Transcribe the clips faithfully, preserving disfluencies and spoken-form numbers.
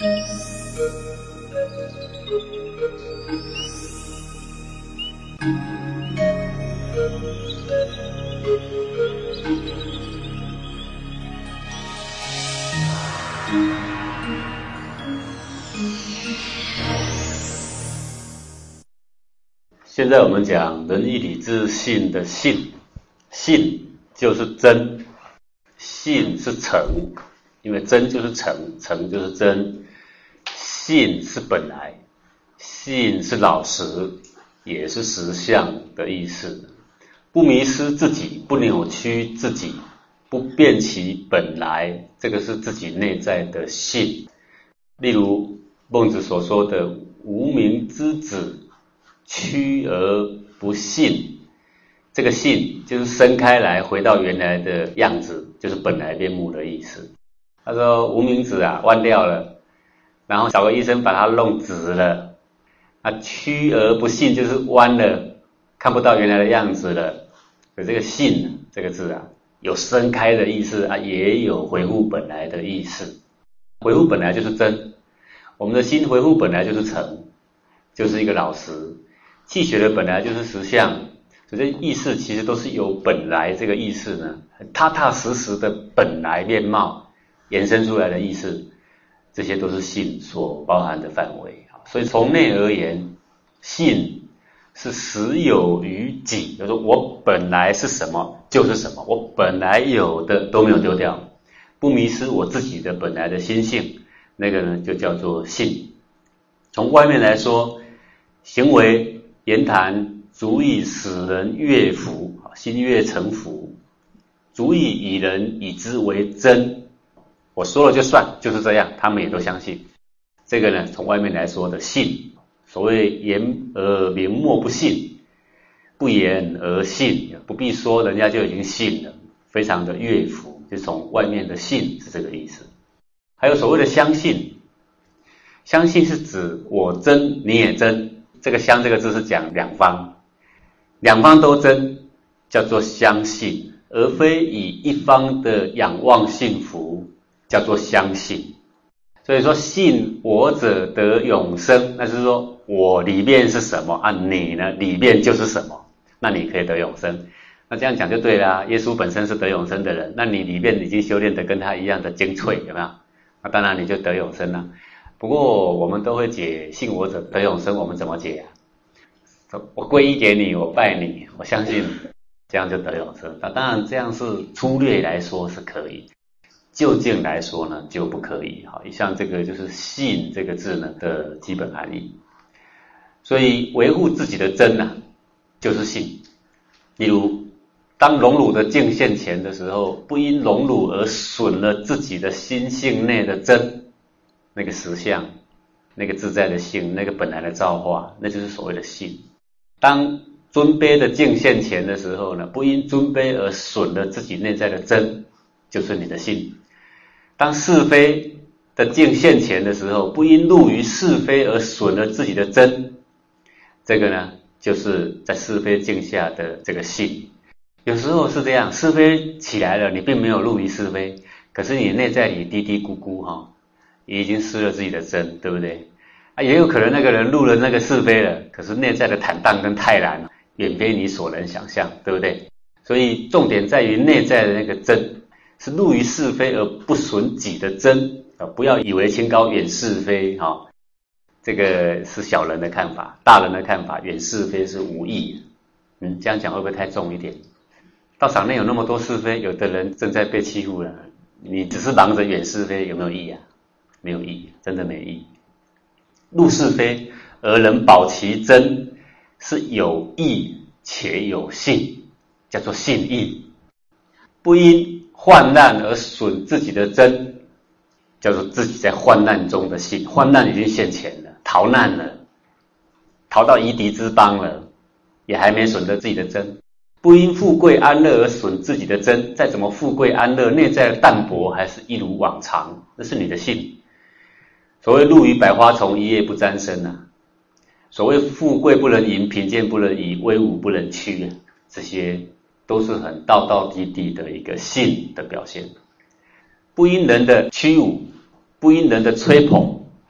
现在我们讲仁义礼智信的信，信就是真，信是诚，因为真就是诚，诚就是真，信是本来，信是老实，也是实相的意思。不迷失自己，不扭曲自己，不变其本来，这个是自己内在的信。例如孟子所说的无名之子屈而不信，这个信就是伸开来回到原来的样子，就是本来面目的意思。他说无名指啊弯掉了，然后找个医生把它弄直了，啊屈而不信就是弯了，看不到原来的样子了。可这个信这个字啊，有伸开的意思啊，也有回复本来的意思。回复本来就是真，我们的心回复本来就是诚，就是一个老实。气血的本来就是实相，所以这意识其实都是由本来这个意识呢，很踏踏实实的本来面貌延伸出来的意识，这些都是信所包含的范围。所以从内而言，信是实有于己，就是说我本来是什么就是什么，我本来有的都没有丢掉，不迷失我自己的本来的心性，那个呢就叫做信。从外面来说，行为言谈足以使人悦服，心悦诚服，足以以人以之为真。我说了就算，就是这样，他们也都相信。这个呢，从外面来说的信，所谓言而明默不信，不言而信，不必说，人家就已经信了，非常的悦服，就从外面的信是这个意思。还有所谓的相信，相信是指我真你也真。这个相这个字是讲两方，两方都真，叫做相信，而非以一方的仰望信服，叫做相信。所以说信我者得永生，那就是说我里面是什么啊，你呢里面就是什么，那你可以得永生。那这样讲就对了啊，耶稣本身是得永生的人，那你里面已经修炼的跟他一样的精粹，有没有？那当然你就得永生了。不过我们都会解信我者得永生，我们怎么解啊？我皈依给你，我拜你，我相信，这样就得永生。那当然这样是粗略来说是可以，究竟来说呢就不可以。好，像这个就是信这个字呢的基本含义。所以维护自己的真啊，就是信。例如当荣辱的境现前的时候，不因荣辱而损了自己的心性内的真，那个实相，那个自在的性，那个本来的造化，那就是所谓的信。当尊卑的境现前的时候呢，不因尊卑而损了自己内在的真，就是你的信。当是非的境现前的时候，不因入于是非而损了自己的真，这个呢就是在是非境下的这个信。有时候是这样，是非起来了，你并没有入于是非，可是你内在里嘀嘀咕咕哈，也已经失了自己的真，对不对？啊，也有可能那个人入了那个是非了，可是内在的坦荡跟泰然远非你所能想象，对不对？所以重点在于内在的那个真，是入于是非而不损己的真啊！不要以为清高远是非哈、哦，这个是小人的看法，大人的看法远是非是无益。嗯，这样讲会不会太重一点？道场内有那么多是非，有的人正在被欺负了，你只是忙着远是非，有没有意义啊？没有意义，真的没意义。入是非而能保其真，是有义且有信，叫做信义。不因患难而损自己的真，叫做自己在患难中的信。患难已经现前了，逃难了，逃到夷狄之邦了，也还没损得自己的真。不因富贵安乐而损自己的真，再怎么富贵安乐，内在的淡泊还是一如往常，那是你的信。所谓入于百花丛，一叶不沾身啊。所谓富贵不能淫，贫贱不能移，威武不能屈，这些都是很道道地地的一个信的表现。不因人的屈辱，不因人的吹捧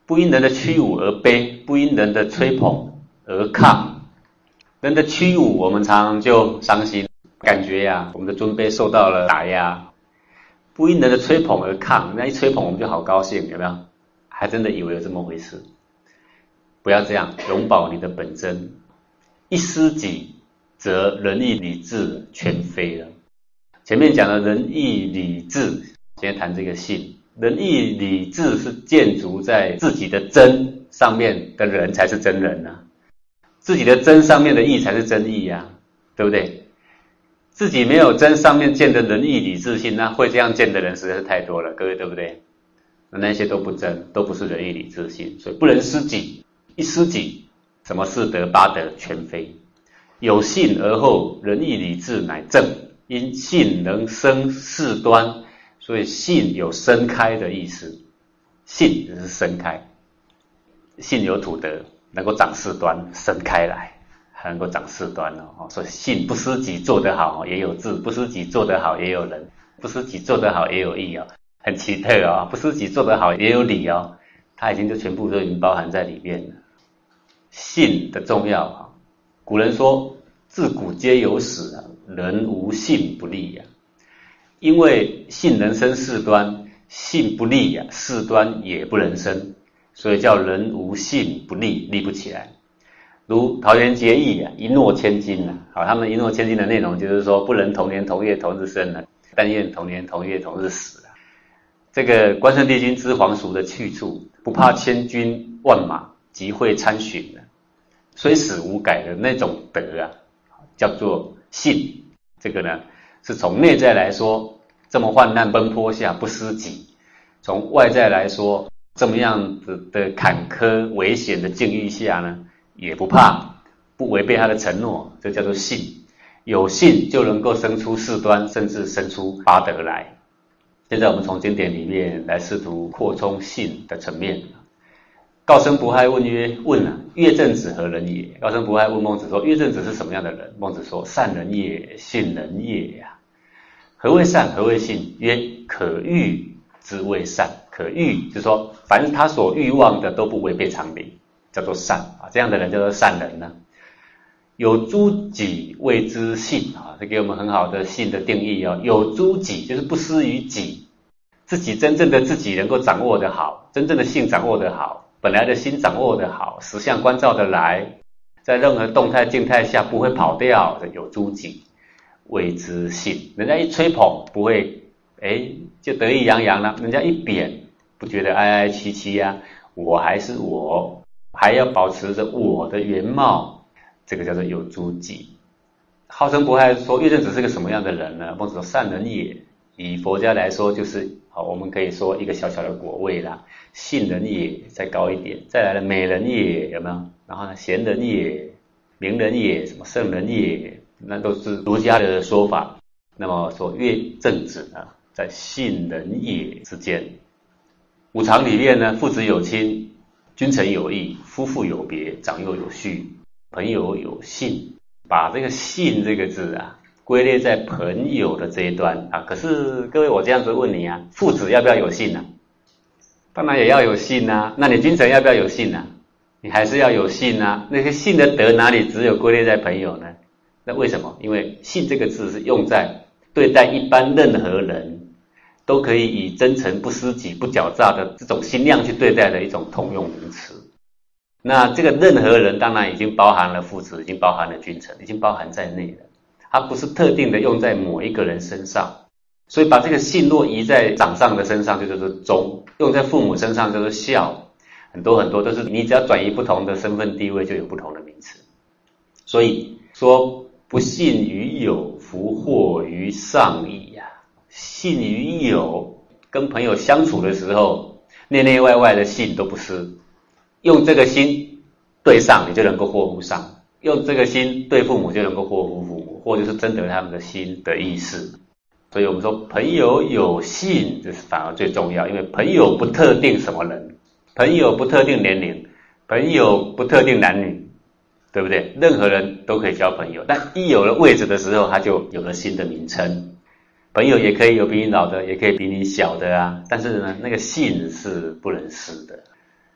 不因人的屈辱而悲，不因人的吹捧而亢。人的屈辱，我们常常就伤心，感觉呀、啊，我们的尊卑受到了打压。不因人的吹捧而亢，那一吹捧我们就好高兴，有没有？还真的以为有这么回事。不要这样，永葆你的本真。一失己，则仁义礼智全非了。前面讲的仁义礼智，现在谈这个信。仁义礼智是建筑在自己的真上面的人才是真人啊，自己的真上面的义才是真义啊，对不对？自己没有真上面建的仁义礼智信，那会这样建的人实在是太多了，各位对不对？那些都不真，都不是仁义礼智信，所以不能失己。一失己，什么四德八德全非。有信而后仁义礼智乃正，因信能生事端，所以信有生开的意思。信就是生开，信有土德，能够长事端，生开来，还能够长事端哦。所以信不失己做得好也有智，不失己做得好也有仁，不失己做得好也有义哦，很奇特哦。不失己做得好也有礼哦，它已经就全部都已经包含在里面了。信的重要啊，古人说自古皆有始啊，人无信不立啊。因为信能生事端，信不立啊，事端也不能生，所以叫人无信不立，立不起来。如桃园结义啊，一诺千金啊，好，他们一诺千金的内容就是说不能同年同月同日生啊，但愿同年同月同日死啊。这个关圣帝君知皇叔的去处，不怕千军万马，即会参巡啊，虽死无改的那种德啊，叫做信。这个呢，是从内在来说，这么患难奔波下不失己；从外在来说，这么样子的坎坷危险的境遇下呢，也不怕，不违背他的承诺，这叫做信。有信就能够生出事端，甚至生出八德来。现在我们从经典里面来试图扩充信的层面。高僧不害问曰：问啊，乐正子何人也？高僧不害问孟子说：乐正子是什么样的人？孟子说：善人也，信人也呀、啊。何谓善？何谓信？曰：可欲之谓善。可欲就是说，凡是他所欲望的都不违背常理，叫做善啊。这样的人叫做善人呢。有诸己谓之信啊，这给我们很好的信的定义哦。有诸己就是不失于己，自己真正的自己能够掌握得好，真正的性掌握得好。本来的心掌握得好，实相关照得来，在任何动态静态下不会跑掉的，有诸己谓之信。人家一吹捧不会诶就得意洋洋了，人家一贬不觉得哀哀戚戚啊，我还是我，还要保持着我的原貌，这个叫做有诸己。好生不害说乐正子是个什么样的人呢？孟子说善人也，以佛家来说就是好，我们可以说一个小小的果位啦。信人也再高一点，再来了美人也，有没有？然后呢，贤人也，名人也，什么圣人也，那都是儒家的说法。那么说乐正子呢，在信人也之间。五常里面呢，父子有亲，君臣有义，夫妇有别，长幼有序，朋友有信。把这个信这个字啊，归类在朋友的这一端啊。可是各位，我这样子问你啊，父子要不要有信呢、啊？当然也要有信啊。那你君臣要不要有信啊？你还是要有信啊。那些信的德哪里只有归类在朋友呢？那为什么？因为信这个字是用在对待一般任何人都可以以真诚不失己不狡诈的这种心量去对待的一种通用名词。那这个任何人当然已经包含了父子，已经包含了君臣，已经包含在内了。它不是特定的用在某一个人身上。所以把这个信若移在长上的身上就叫做忠，用在父母身上叫做孝，很多很多都是你只要转移不同的身份地位就有不同的名词。所以说不信于友，弗惑于上矣呀、啊。信于友，跟朋友相处的时候，内内外外的信都不失，用这个心对上，你就能够祸福上；用这个心对父母，就能够祸福父母，或者是征得他们的心的意思。所以我们说朋友有信，这是反而最重要，因为朋友不特定什么人，朋友不特定年龄，朋友不特定男女，对不对？任何人都可以交朋友，但一有了位置的时候，他就有了新的名称。朋友也可以有比你老的，也可以比你小的啊，但是呢，那个信是不能失的。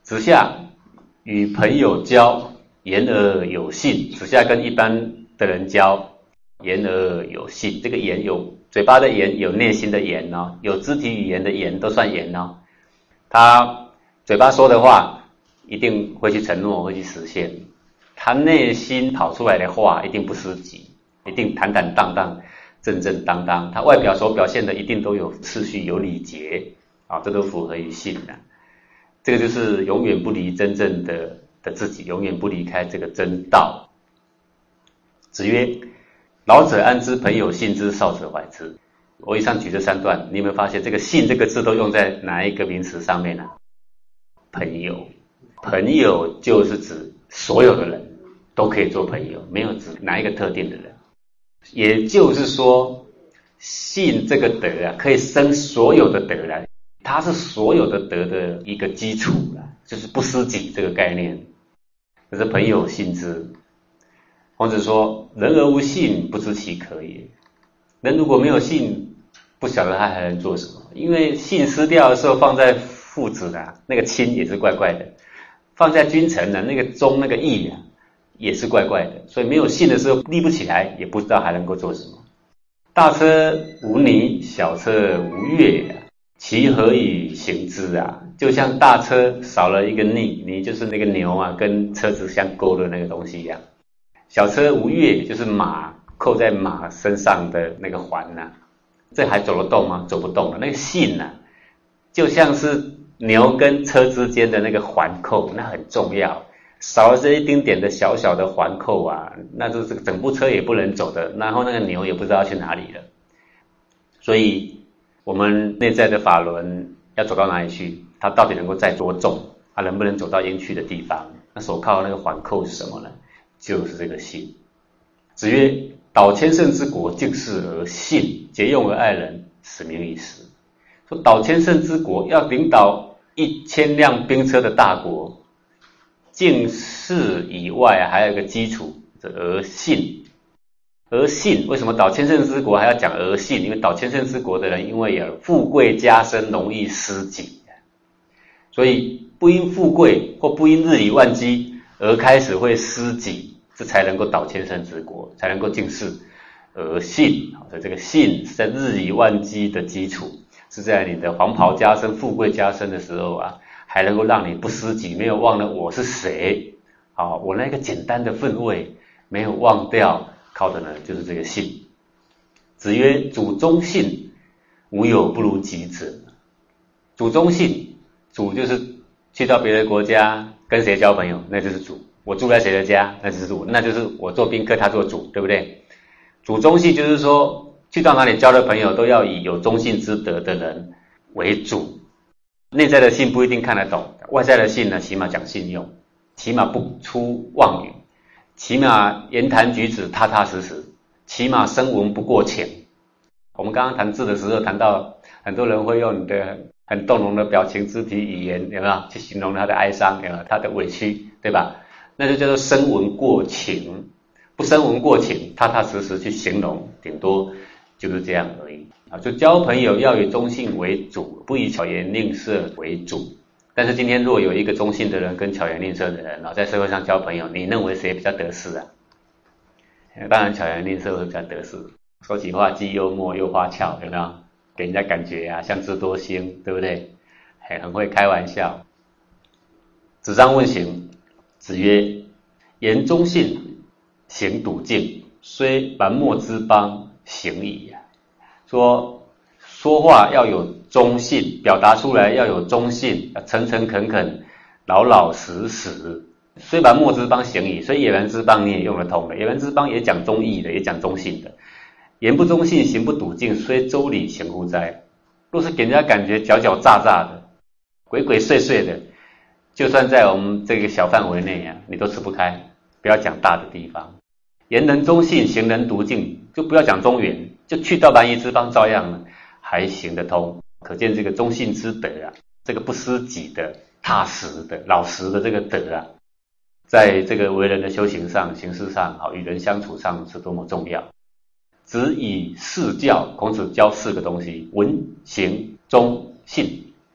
子夏与朋友交，言而有信。子夏跟一般的人交，言而有信。这个言有嘴巴的言，有内心的言哦，有肢体语言的言都算言哦。他嘴巴说的话一定会去承诺，会去实现。他内心跑出来的话一定不失己，一定坦坦荡荡、正正当当。他外表所表现的一定都有次序、有礼节啊，这都符合于信的。这个就是永远不离真正的的自己，永远不离开这个真道。子曰：老者安之，朋友信之，少者怀之。我以上举这三段，你有没有发现这个信这个字都用在哪一个名词上面呢？朋友。朋友就是指所有的人都可以做朋友，没有指哪一个特定的人。也就是说，信这个德啊，可以生所有的德来，它是所有的德的一个基础啦，就是不失己这个概念。这是朋友信之。孔子说：人而无信，不知其可也。人如果没有信，不晓得他还能做什么。因为信失掉的时候，放在父子啊，那个亲也是怪怪的；放在君臣的那个忠那个义啊，也是怪怪的。所以没有信的时候，立不起来，也不知道还能够做什么。大车无泥，小车无月啊，其何以行之啊？就像大车少了一个泥，泥就是那个牛啊，跟车子相勾的那个东西一样。小车无月，就是马扣在马身上的那个环啊，这还走得动吗？走不动了。那个信啊，就像是牛跟车之间的那个环扣，那很重要。少了这一丁点的小小的环扣啊，那就是整部车也不能走的，然后那个牛也不知道去哪里了。所以我们内在的法轮要走到哪里去？它到底能够载多重？它能不能走到应去的地方？那手铐那个环扣是什么呢？就是这个信。子曰：导千乘之国，敬事而信，节用而爱人，使民以时。说导千乘之国，要领导一千辆兵车的大国，敬事以外还有一个基础，而信。而信，为什么导千乘之国还要讲而信？因为导千乘之国的人，因为有富贵加身，容易失己，所以不因富贵或不因日理万机而开始会失己，这才能够导千乘之国，才能够敬事而信。所以这个信是在日理万机的基础，是在你的黄袍加身、富贵加身的时候啊，还能够让你不失己，没有忘了我是谁，好，我那个简单的分位没有忘掉，靠的呢就是这个信。子曰：主忠信，无有不如己者。主忠信，主就是去到别的国家跟谁交朋友，那就是主。我住在谁的家，那就是主，那就是我做宾客，他做主，对不对？主忠信就是说，去到哪里交的朋友都要以有忠信之德的人为主。内在的信不一定看得懂，外在的信呢，起码讲信用，起码不出妄语，起码言谈举止踏踏实实，起码声闻不过情。我们刚刚谈字的时候谈到，很多人会用你的很动容的表情、肢体语言，有没有去形容他的哀伤，有没有他的委屈，对吧？那就叫做声闻过情。不声闻过情，踏踏实实去形容，顶多就是这样而已啊。就交朋友要以忠信为主，不以巧言令色为主。但是今天若有一个忠信的人跟巧言令色的人啊，在社会上交朋友，你认为谁比较得势啊？当然巧言令色会比较得势，说起话既幽默又花俏，有没有？给人家感觉啊像智多星，对不对？很会开玩笑。子张问行，子曰：言忠信，行笃敬，虽蛮貊之邦，行矣啊。说说话要有忠信，表达出来要有忠信，要诚诚恳恳，老老实实。虽蛮貊之邦，行矣。所以野蛮之邦你也用得通的，野蛮之邦也讲忠义的，也讲忠信的。言不忠信，行不笃敬，虽周礼，行乎哉？若是给人家感觉狡狡诈诈的，鬼鬼祟祟的，就算在我们这个小范围内啊，你都吃不开，不要讲大的地方。言能忠信，行能笃敬，就不要讲中原，就去到蛮夷之邦照样还行得通。可见这个忠信之德啊，这个不失己的、踏实的、老实的这个德啊，在这个为人的修行上、行事上、与人相处上是多么重要。子以四教，孔子教四个东西：文、行、忠、信。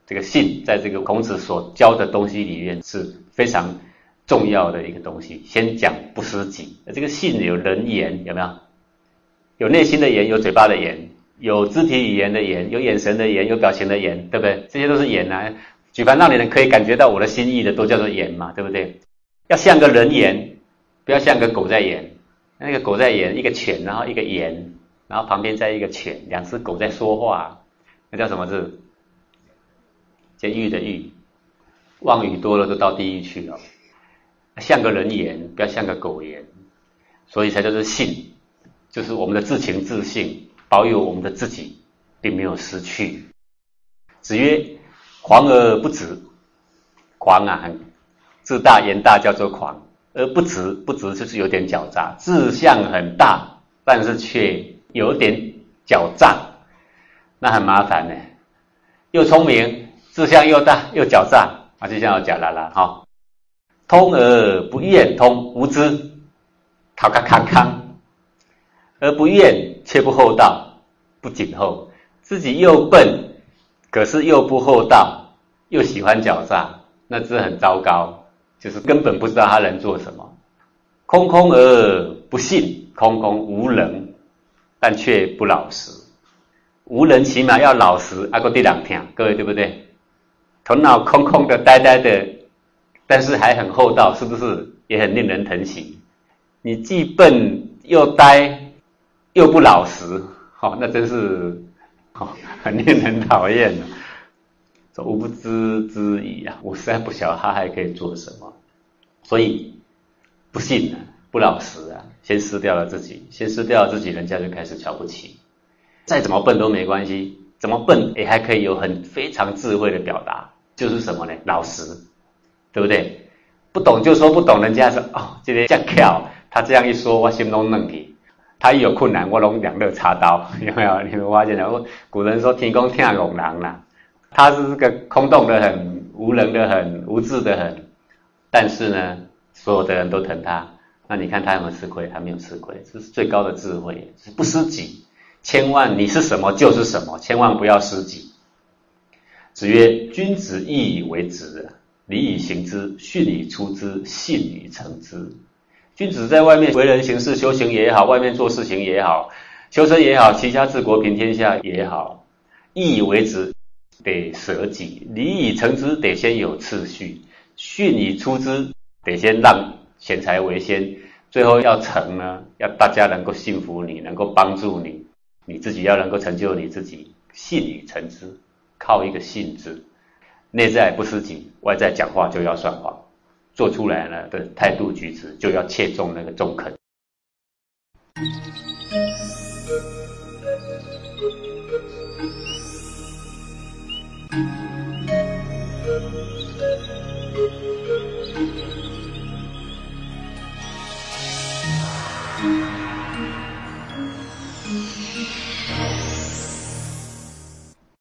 这个信在这个孔子所教的东西里面是非常重要的一个东西。先讲不失己，这个信有人言，有没有？有内心的言，有嘴巴的言，有肢体语言的言，有眼神的言，有表情的言，对不对？这些都是言啊。举凡让你人可以感觉到我的心意的，都叫做言嘛，对不对？要像个人言，不要像个狗在言。那个狗在言，一个犬，然后一个言，然后旁边再一个犬，两只狗在说话，那叫什么字？监狱的狱。妄语多了就到地狱去了。像个人言，不要像个狗言，所以才叫做信，就是我们的自情自性，保有我们的自己，并没有失去。子曰：狂而不直。狂啊，很自大言大叫做狂，而不直，不直就是有点狡诈，志向很大，但是却有点狡诈，那很麻烦呢。又聪明，志向又大，又狡诈啊，就像要假啦啦哈。通而不厌通，无知，讨个康康，而不厌却不厚道，不谨厚，自己又笨，可是又不厚道，又喜欢狡诈，那这很糟糕，就是根本不知道他能做什么。空空而不信，空空无能，但却不老实。无能起码要老实，还够地两听，各位对不对？头脑空空的、呆呆的，但是还很厚道，是不是也很令人疼惜？你既笨又呆又不老实，哦，那真是哦很令人讨厌的。说无不知之矣啊，我实在不晓得他还可以做什么。所以不信啊，不老实啊，先失掉了自己，先失掉了自己，人家就开始瞧不起。再怎么笨都没关系，怎么笨也还可以有很非常智慧的表达，就是什么呢？老实，对不对？不懂就说不懂，人家说哦，这个这样巧，他这样一说，我心都愣去。他一有困难，我拢两肋插刀，有没有？你们发现了？古人说天公听拱狼啦，他是这个空洞的很，无能的很，无智的很，但是呢，所有的人都疼他。那你看他有没有吃亏？他没有吃亏，这是最高的智慧，是不失己。千万你是什么就是什么，千万不要失己。子曰：君子义以为直，礼以行之，训以出之，信以成之。君子在外面为人行事，修行也好，外面做事情也好，修身也好，齐家治国平天下也好，义以为直得舍己，礼以成之得先有次序，训以出之得先让贤才为先，最后要成呢，要大家能够信服你，能够帮助你，你自己要能够成就你自己，信以成之，靠一个信字，内在不失己，外在讲话就要算话，做出来呢的态度举止就要切中那个中肯。